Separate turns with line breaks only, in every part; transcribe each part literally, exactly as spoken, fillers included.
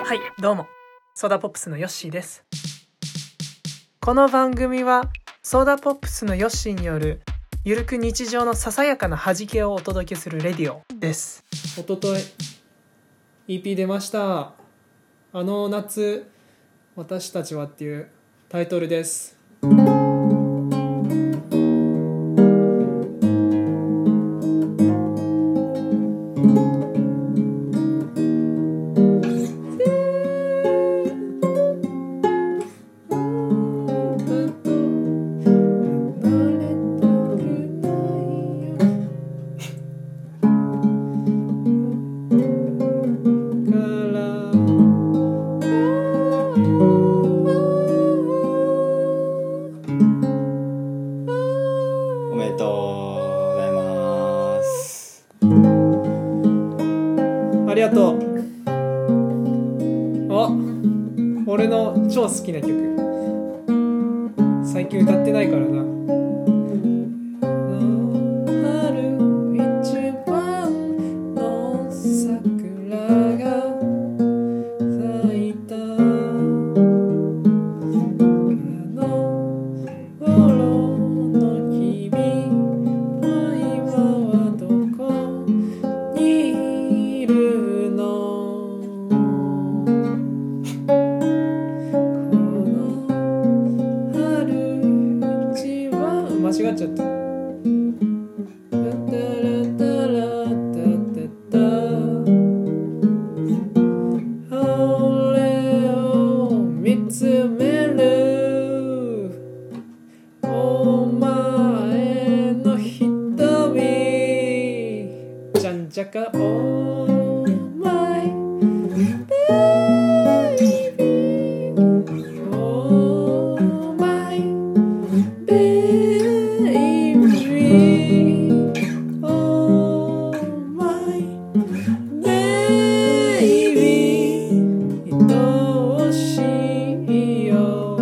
はい、どうもソーダポップスのヨッシーです。この番組はソーダポップスのヨッシーによるゆるく日常のささやかな弾けをお届けするレディオです。おととい イーピー 出ました。あの夏私たちはっていうタイトルです。
おめでとうございます。
ありがとう。あ、俺の超好きな曲。最近歌ってないからな。春一番の桜が咲いた。あの頃の君は今はどこにいるの。この春一番間違っちゃった。タラタラタタタ俺を見つめるお前の瞳じゃんじゃかお前ベイビーお前ベイビーお前ベイビー愛しいよ。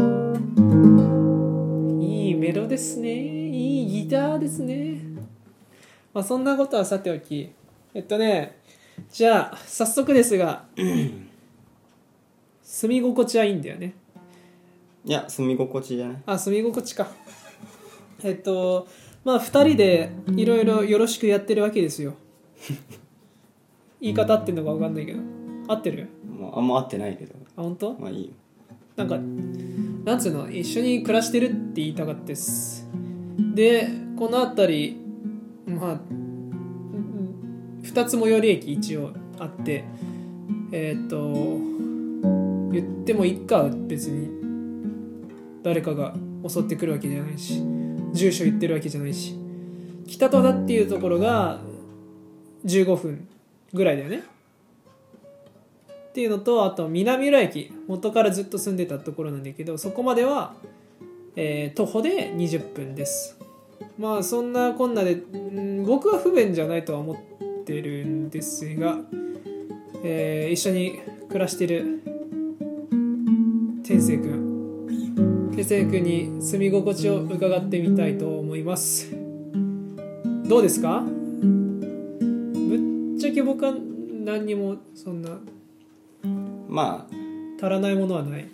いいメロですね。いいギターですね。まあそんなことはさておき、えっとね、じゃあ早速ですが、住み心地はいいんだよね。
いや、住み心地じゃない。
あ、住み心地か。えっとまあふたりでいろいろよろしくやってるわけですよ。言い方合ってんのか分かんないけど、合ってる？
もうあんま合ってないけど。
あ、本当？
まあいいよ。
なんかなんつうの、一緒に暮らしてるって言いたかったです。でこの辺りまあふたつ最寄り駅一応あって、えー、っと言ってもいいか、別に誰かが襲ってくるわけじゃないし、住所言ってるわけじゃないし、北戸田っていうところがじゅうごふんぐらいだよねっていうのと、あと南浦駅、元からずっと住んでたところなんだけど、そこまでは、えー、徒歩でにじゅっぷんです。まあそんなこんなで、ん僕は不便じゃないとは思ってるんですが、えー、一緒に暮らしてる天性くん天性くんに住み心地を伺ってみたいと思います。どうですか？ぶっちゃけ僕は何にもそんな
まあ
足らないものはない。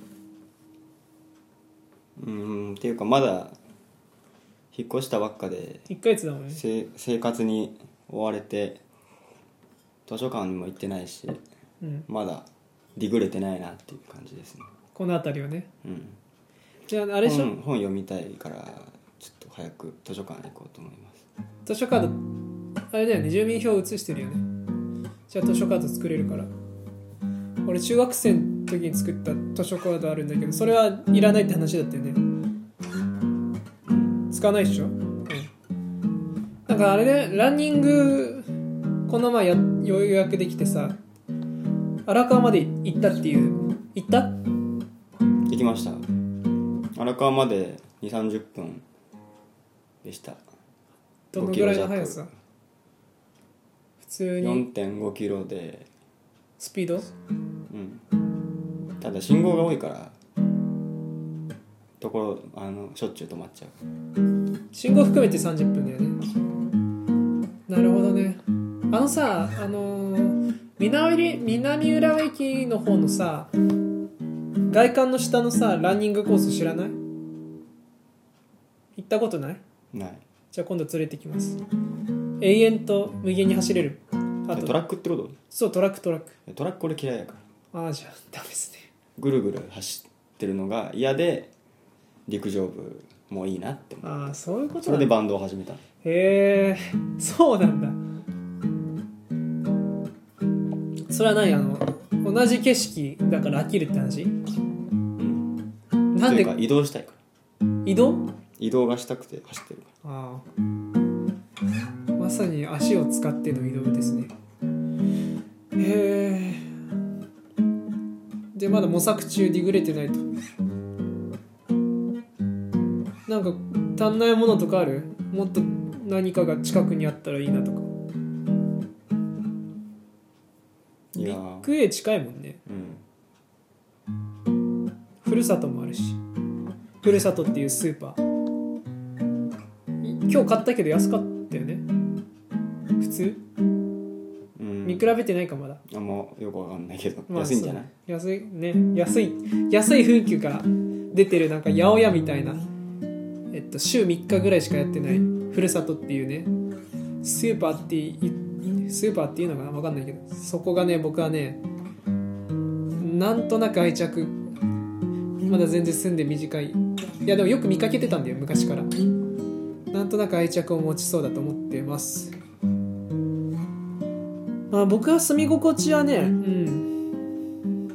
うーんっていうかまだ引っ越したばっかで
いっかげつだもんね。
せ生活に追われて図書館にも行ってないし、
うん、
まだディグれてないなっていう感じですね。
この辺りはね。
うん。
じゃああれでしょ、
本、本読みたいからちょっと早く図書館行こうと思います。
図書カードあれだよね、住民票写してるよね。じゃあ図書カード作れるから。俺中学生の時に作った図書カードあるんだけど、それはいらないって話だったよね。使わないでしょ、うん、なんかあれね、ランニングこの前や予約できてさ、荒川まで行ったっていう。行った？
行きました。荒川までにじゅうさんじゅっぷんでした。
どのぐらいの速さ？普通に
よんてんごキロで
スピード？
うん。ただ信号が多いからところあのしょっちゅう止まっちゃう。
信号含めてさんじゅっぷんだよね。なるほどね。あのさ、あのー、 南南浦和駅の方のさ外観の下のさランニングコース知らない？行ったことない？
ない。
じゃあ今度連れてきます。永遠と無限に走れる。あと
トラックってこと？
そうトラックトラック。
トラック俺嫌いやから。
ああじゃあダメですね。
ぐるぐる走ってるのが嫌で陸上部もいいなって思う。
ああそういうことなんだ。
それでバンドを始めた。
へえそうなんだ。それは何あの同じ景色だから飽きるって話？
うん
なんで
というか移動したいから。
移動？
移動がしたくて走ってるか
ああまさに足を使っての移動ですね。へえ。でまだ模索中ディグれてないと。なんか足んないものとかある？もっと何かが近くにあったらいいなとか。
いや
ビッグ A 近いもんね。
うん。
ふるさともあるし、ふるさとっていうスーパー今日買ったけど安かったよね。普通、
うん、
見比べてないかまだ。
あんまよくわかんないけど、
まあ、
安いんじゃない？
安いね。安い安い雰囲気が出てるなんか八百屋みたいな、えっと週みっかぐらいしかやってないふるさとっていうねスーパーっていスーパーっていうのかな分かんないけど、そこがね僕はねなんとなく愛着、まだ全然住んで短い、いやでもよく見かけてたんだよ昔から。なんとなく愛着を持ちそうだと思ってます。まあ僕は住み心地はね、うん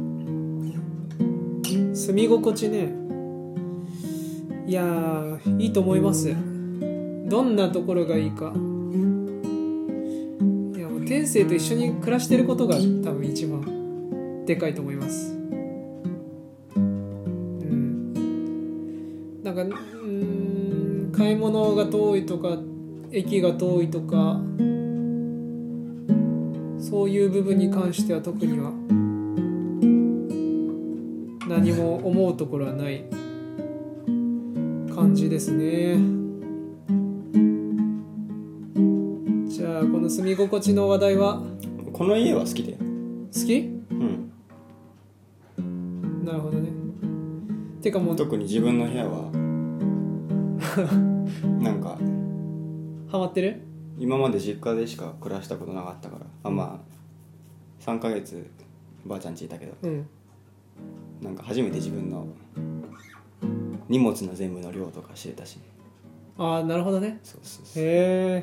住み心地ね、いやーいいと思います。どんなところがいいか、いやもう天性と一緒に暮らしてることが多分一番でかいと思います。うんなんかうん買い物が遠いとか駅が遠いとかそういう部分に関しては特には何も思うところはない感じですね。じゃあこの住み心地の話題は、
この家は好きだよ。
好き？
うん
なるほどね。てかもう
特に自分の部屋はなんか
ハマってる？
今まで実家でしか暮らしたことなかったから、あまあさんかげつばあちゃん家いたけど、
うん、
なんか初めて自分の荷物の全部の量とか知れたし。
ああなるほどね。
そうそうそう。
へえ。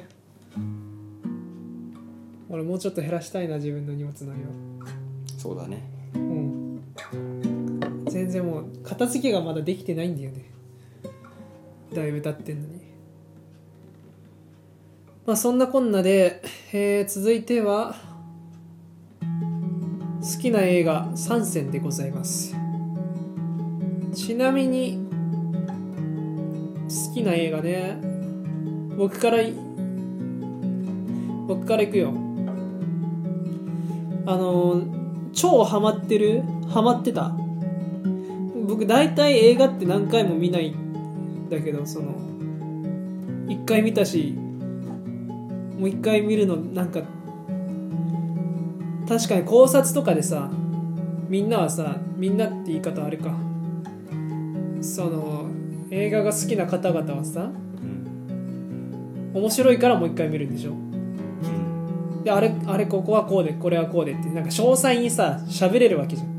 俺もうちょっと減らしたいな自分の荷物の量。
そうだね。
うん全然もう片付けがまだできてないんだよね。だいぶ経ってんのに。まあそんなこんなで、えー、続いては好きな映画さんせんでございます。ちなみに好きな映画ね、僕から僕からいくよ。あの超ハマってるハマってた。僕大体映画って何回も見ないんだけど、その一回見たしもう一回見るのなんか確かに考察とかでさ、みんなはさみんなって言い方あれか、その映画が好きな方々はさ、うん、面白いからもう一回見るんでしょ。であれあれここはこうでこれはこうでってなんか詳細にさ喋れるわけじゃん、うん、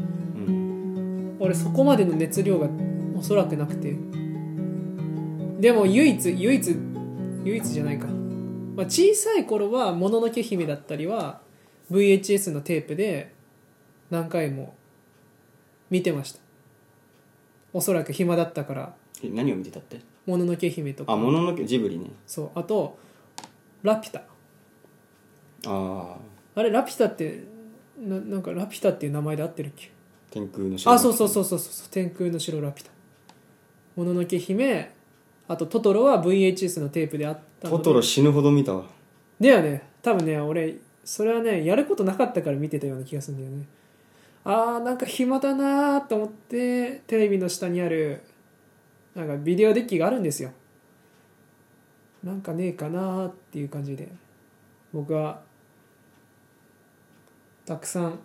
俺そこまでの熱量がおそらくなくて、でも唯一唯一唯一じゃないか、まあ、小さい頃はもののけ姫だったりは ブイエイチエス のテープで何回も見てました。おそらく暇だったから。
え何を見てたって？
もののけ姫とか。
あ、もののけジブリね。
そう、あとラピュタ。
あ
あれラピュタってな、なんかラピュタっていう名前で合ってるっけ？
天空の城。
あ、そうそうそうそうそう、天空の城ラピュタ。もののけ姫、あとトトロは ブイエイチエス のテープであったので。
トトロ死ぬほど見たわ。
だよね。多分ね、俺それはねやることなかったから見てたような気がするんだよね。あーなんか暇だなと思ってテレビの下にあるなんかビデオデッキがあるんですよ。なんかねえかなっていう感じで僕はたくさん、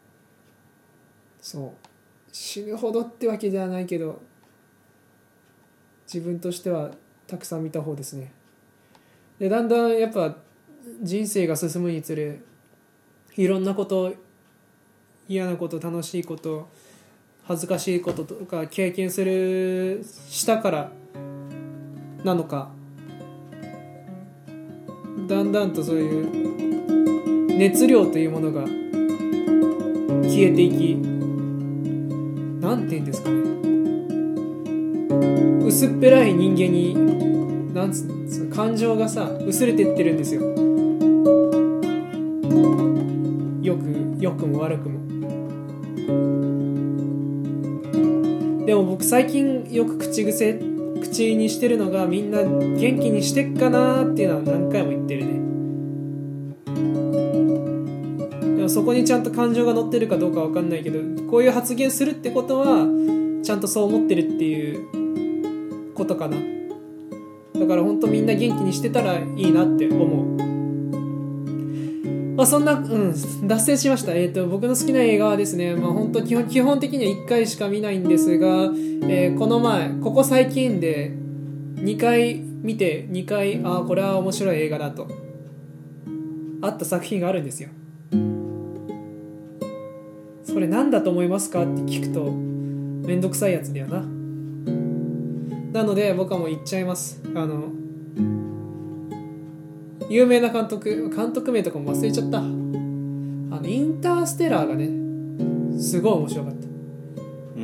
そう死ぬほどってわけではないけど自分としてはたくさん見た方ですね。でだんだんやっぱ人生が進むにつれいろんなこと、嫌なこと、楽しいこと、恥ずかしいこととか経験するしたからなのか、だんだんとそういう熱量というものが消えていき、なんて言うんですかね、薄っぺらい人間になんつうの感情がさ薄れてってるんですよ。よく良くも悪くも。でも僕最近よく口癖口にしてるのが、みんな元気にしてっかなっていうのは何回も言ってるね。でもそこにちゃんと感情が乗ってるかどうか分かんないけど、こういう発言するってことはちゃんとそう思ってるっていうことかな。だから本当みんな元気にしてたらいいなって思う。まあそんな、うん、脱線しました。えっと、僕の好きな映画はですね、まあ本当基本、基本的にはいっかいしか見ないんですが、えー、この前、ここ最近でにかい見て、にかい、ああ、これは面白い映画だと、あった作品があるんですよ。それ何だと思いますかって聞くと、めんどくさいやつだよな。なので僕はもう言っちゃいます。あの、有名な監督監督名とかも忘れちゃった。あのインターステラーがねすごい面白かった。
うん。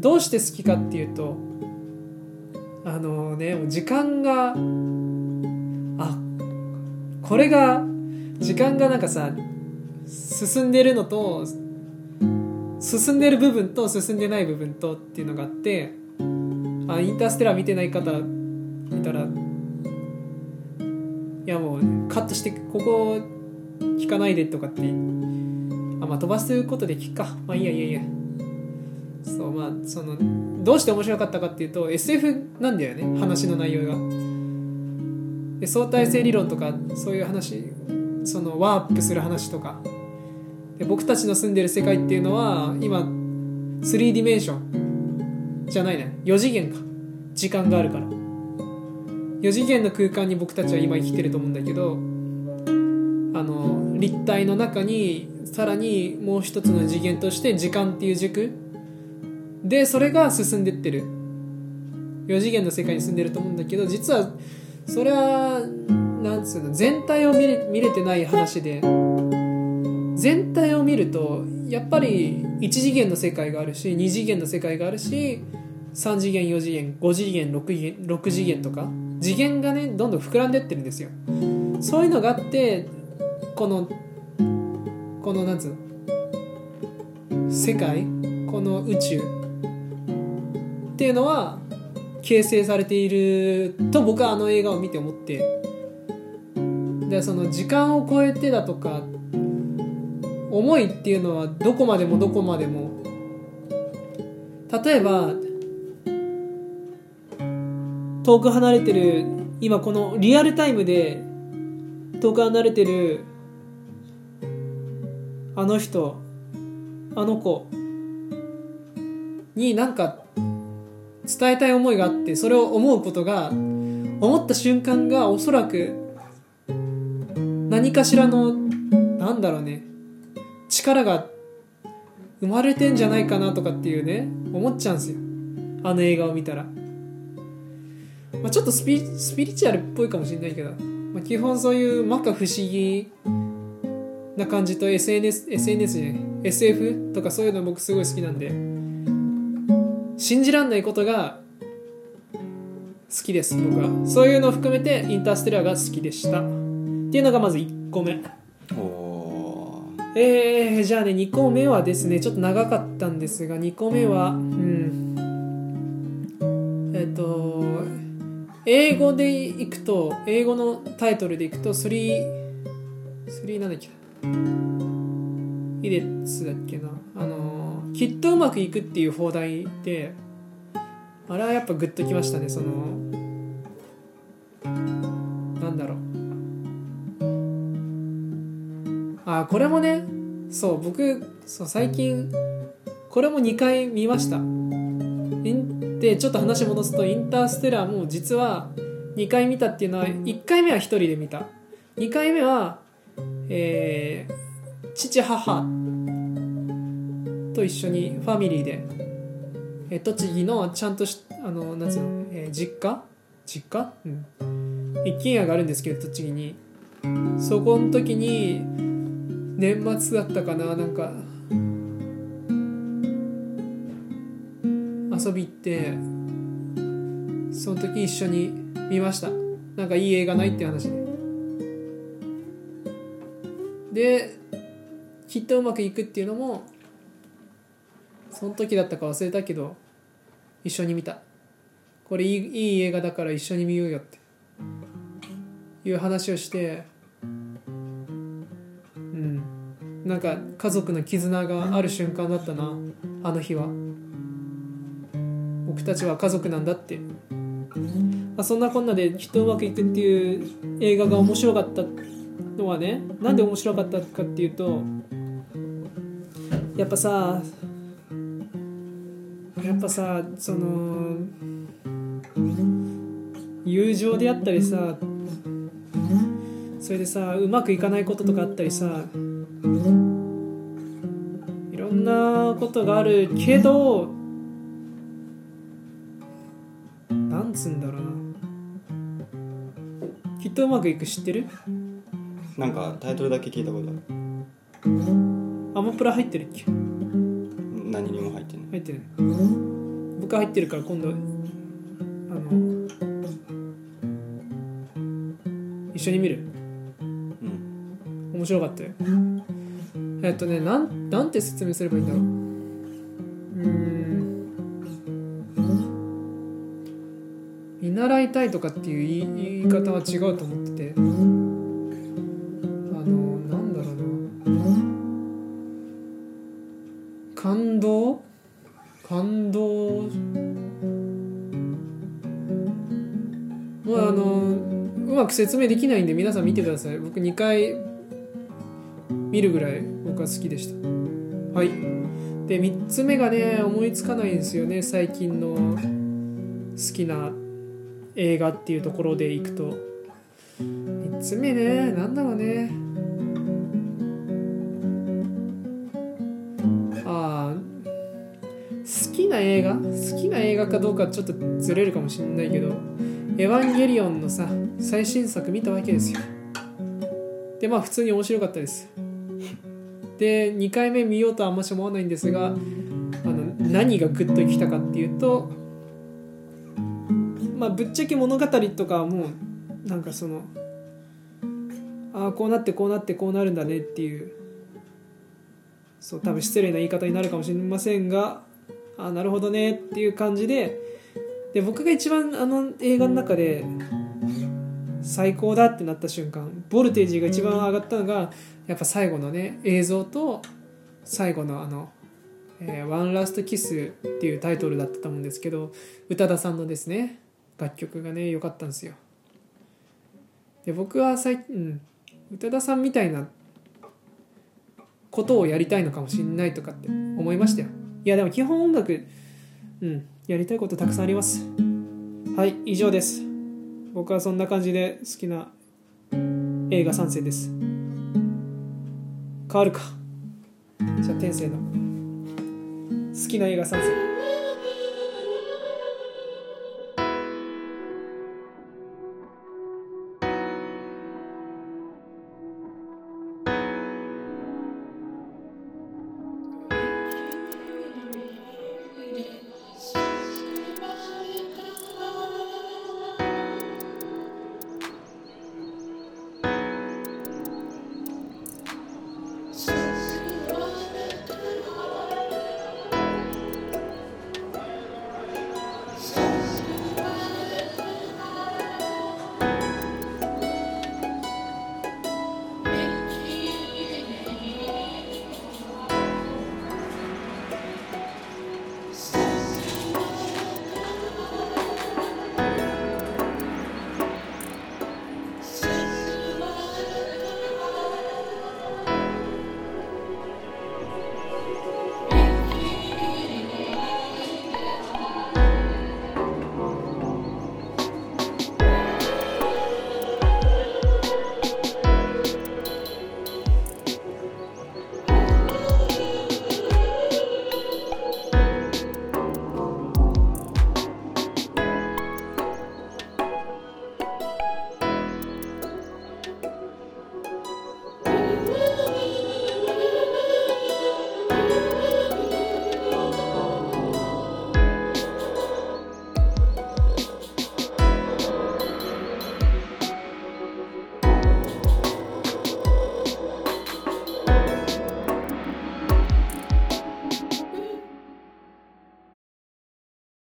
どうして好きかっていうと、あのねもう時間があこれが時間がなんかさ進んでるのと進んでる部分と進んでない部分とっていうのがあって、あインターステラー見てない方見たら、いやもうカットしてここ聞かないでとかって、あまあ飛ばすことで聞くか、まあいいやいやいや。そうまあそのどうして面白かったかっていうと エスエフ なんだよね、話の内容が。で相対性理論とかそういう話、そのワープする話とかで、僕たちの住んでる世界っていうのは今 スリーディメンションじゃないね、よ次元か、時間があるからよ次元の空間に僕たちは今生きてると思うんだけど、あの立体の中にさらにもう一つの次元として時間っていう軸で、それが進んでってるよ次元の世界に住んでると思うんだけど、実はそれはなんつうの、全体を見れ、見れてない話で、全体を見るとやっぱりいち次元の世界があるし、に次元の世界があるし、さん次元よ次元ご次元ろく次元ろく次元とか次元がねどんどん膨らんでってるんですよ。そういうのがあって、このこのなんつうの世界、この宇宙っていうのは形成されていると僕はあの映画を見て思って、でその時間を超えてだとか思いっていうのはどこまでもどこまでも、例えば遠く離れてる、今このリアルタイムで遠く離れてるあの人あの子に何か伝えたい思いがあって、それを思うことが、思った瞬間がおそらく何かしらのなんだろうね力が生まれてんじゃないかなとかっていうね思っちゃうんですよ、あの映画を見たら。まあ、ちょっとスピ、スピリチュアルっぽいかもしれないけど、まあ、基本そういう摩訶不思議な感じと エスエヌエス、エスエヌエス ね エスエフ とかそういうの僕すごい好きなんで、信じらんないことが好きです。僕はそういうのを含めてインターステラーが好きでしたっていうのがまずいっこめ。
お
えー、じゃあねにこめはですね、ちょっと長かったんですが、にこめはうんえっと英語でいくと、英語のタイトルでいくとスリー、スリーなんだっけな、イデッツだっけな、あのきっとうまくいくっていう放題で、あれはやっぱグッときましたね。そのなんだろう、あこれもねそう僕そう最近これもにかい見ました。でちょっと話戻すとインターステラーも実はにかい見たっていうのはいっかいめはひとりで見た。にかいめは、えー、父母と一緒にファミリーで、えー、栃木のちゃんとしあのなんつうの、えー、実家実家、うん、一軒家があるんですけど栃木に、そこの時に年末だったかな、なんか遊び行ってその時一緒に見ました。なんかいい映画ないって話でできっとうまくいくっていうのもその時だったか忘れたけど一緒に見た。これいい、いい映画だから一緒に見ようよっていう話をして、うんなんか家族の絆がある瞬間だったな、あの日は。僕たちは家族なんだって、まあ、そんなこんなできっとうまくいくっていう映画が面白かったのはね、なんで面白かったかっていうと、やっぱさやっぱさその友情であったりさ、それでさうまくいかないこととかあったりさ、いろんなことがあるけど、なんつうんだろうな、きっとうまくいく知ってる？
なんかタイトルだけ聞いたことある。
アマプラ入ってるっけ？
何にも入ってない。
入ってない。僕入ってるから今度あの一緒に見る。
うん
面白かったよ。えっとね、なん、なんて説明すればいいんだろう。うーん。見習いたいとかっていう言い、言い方は違うと思ってて、あの、なんだろうな。感動感動まああの、うまく説明できないんで皆さん見てください。僕にかい見るぐらい僕は好きでした。はい。でみっつめがね思いつかないんですよね。最近の好きな映画っていうところでいくとみっつめね、なんだろうね。ああ好きな映画好きな映画かどうかちょっとずれるかもしれないけど、エヴァンゲリオンのさ最新作見たわけですよ。でまあ普通に面白かったです。でにかいめ見ようとはあんまし思わないんですが、あの何がグッときたかっていうと、まあぶっちゃけ物語とかはもうなんかそのああこうなってこうなってこうなるんだねっていう、そう多分失礼な言い方になるかもしれませんが、ああなるほどねっていう感じで、で僕が一番あの映画の中で最高だってなった瞬間、ボルテージが一番上がったのがやっぱ最後のね映像と最後のあの、えー、ワンラストキスっていうタイトルだったと思うんですけど、宇多田さんのですね楽曲がね良かったんですよ。で僕は最近、うん、宇多田さんみたいなことをやりたいのかもしれないとかって思いましたよ。いやでも基本音楽、うんやりたいことたくさんあります。はい以上です。僕はそんな感じで好きな映画さん選です。変わるか。じゃあ天性の好きな映画さん選。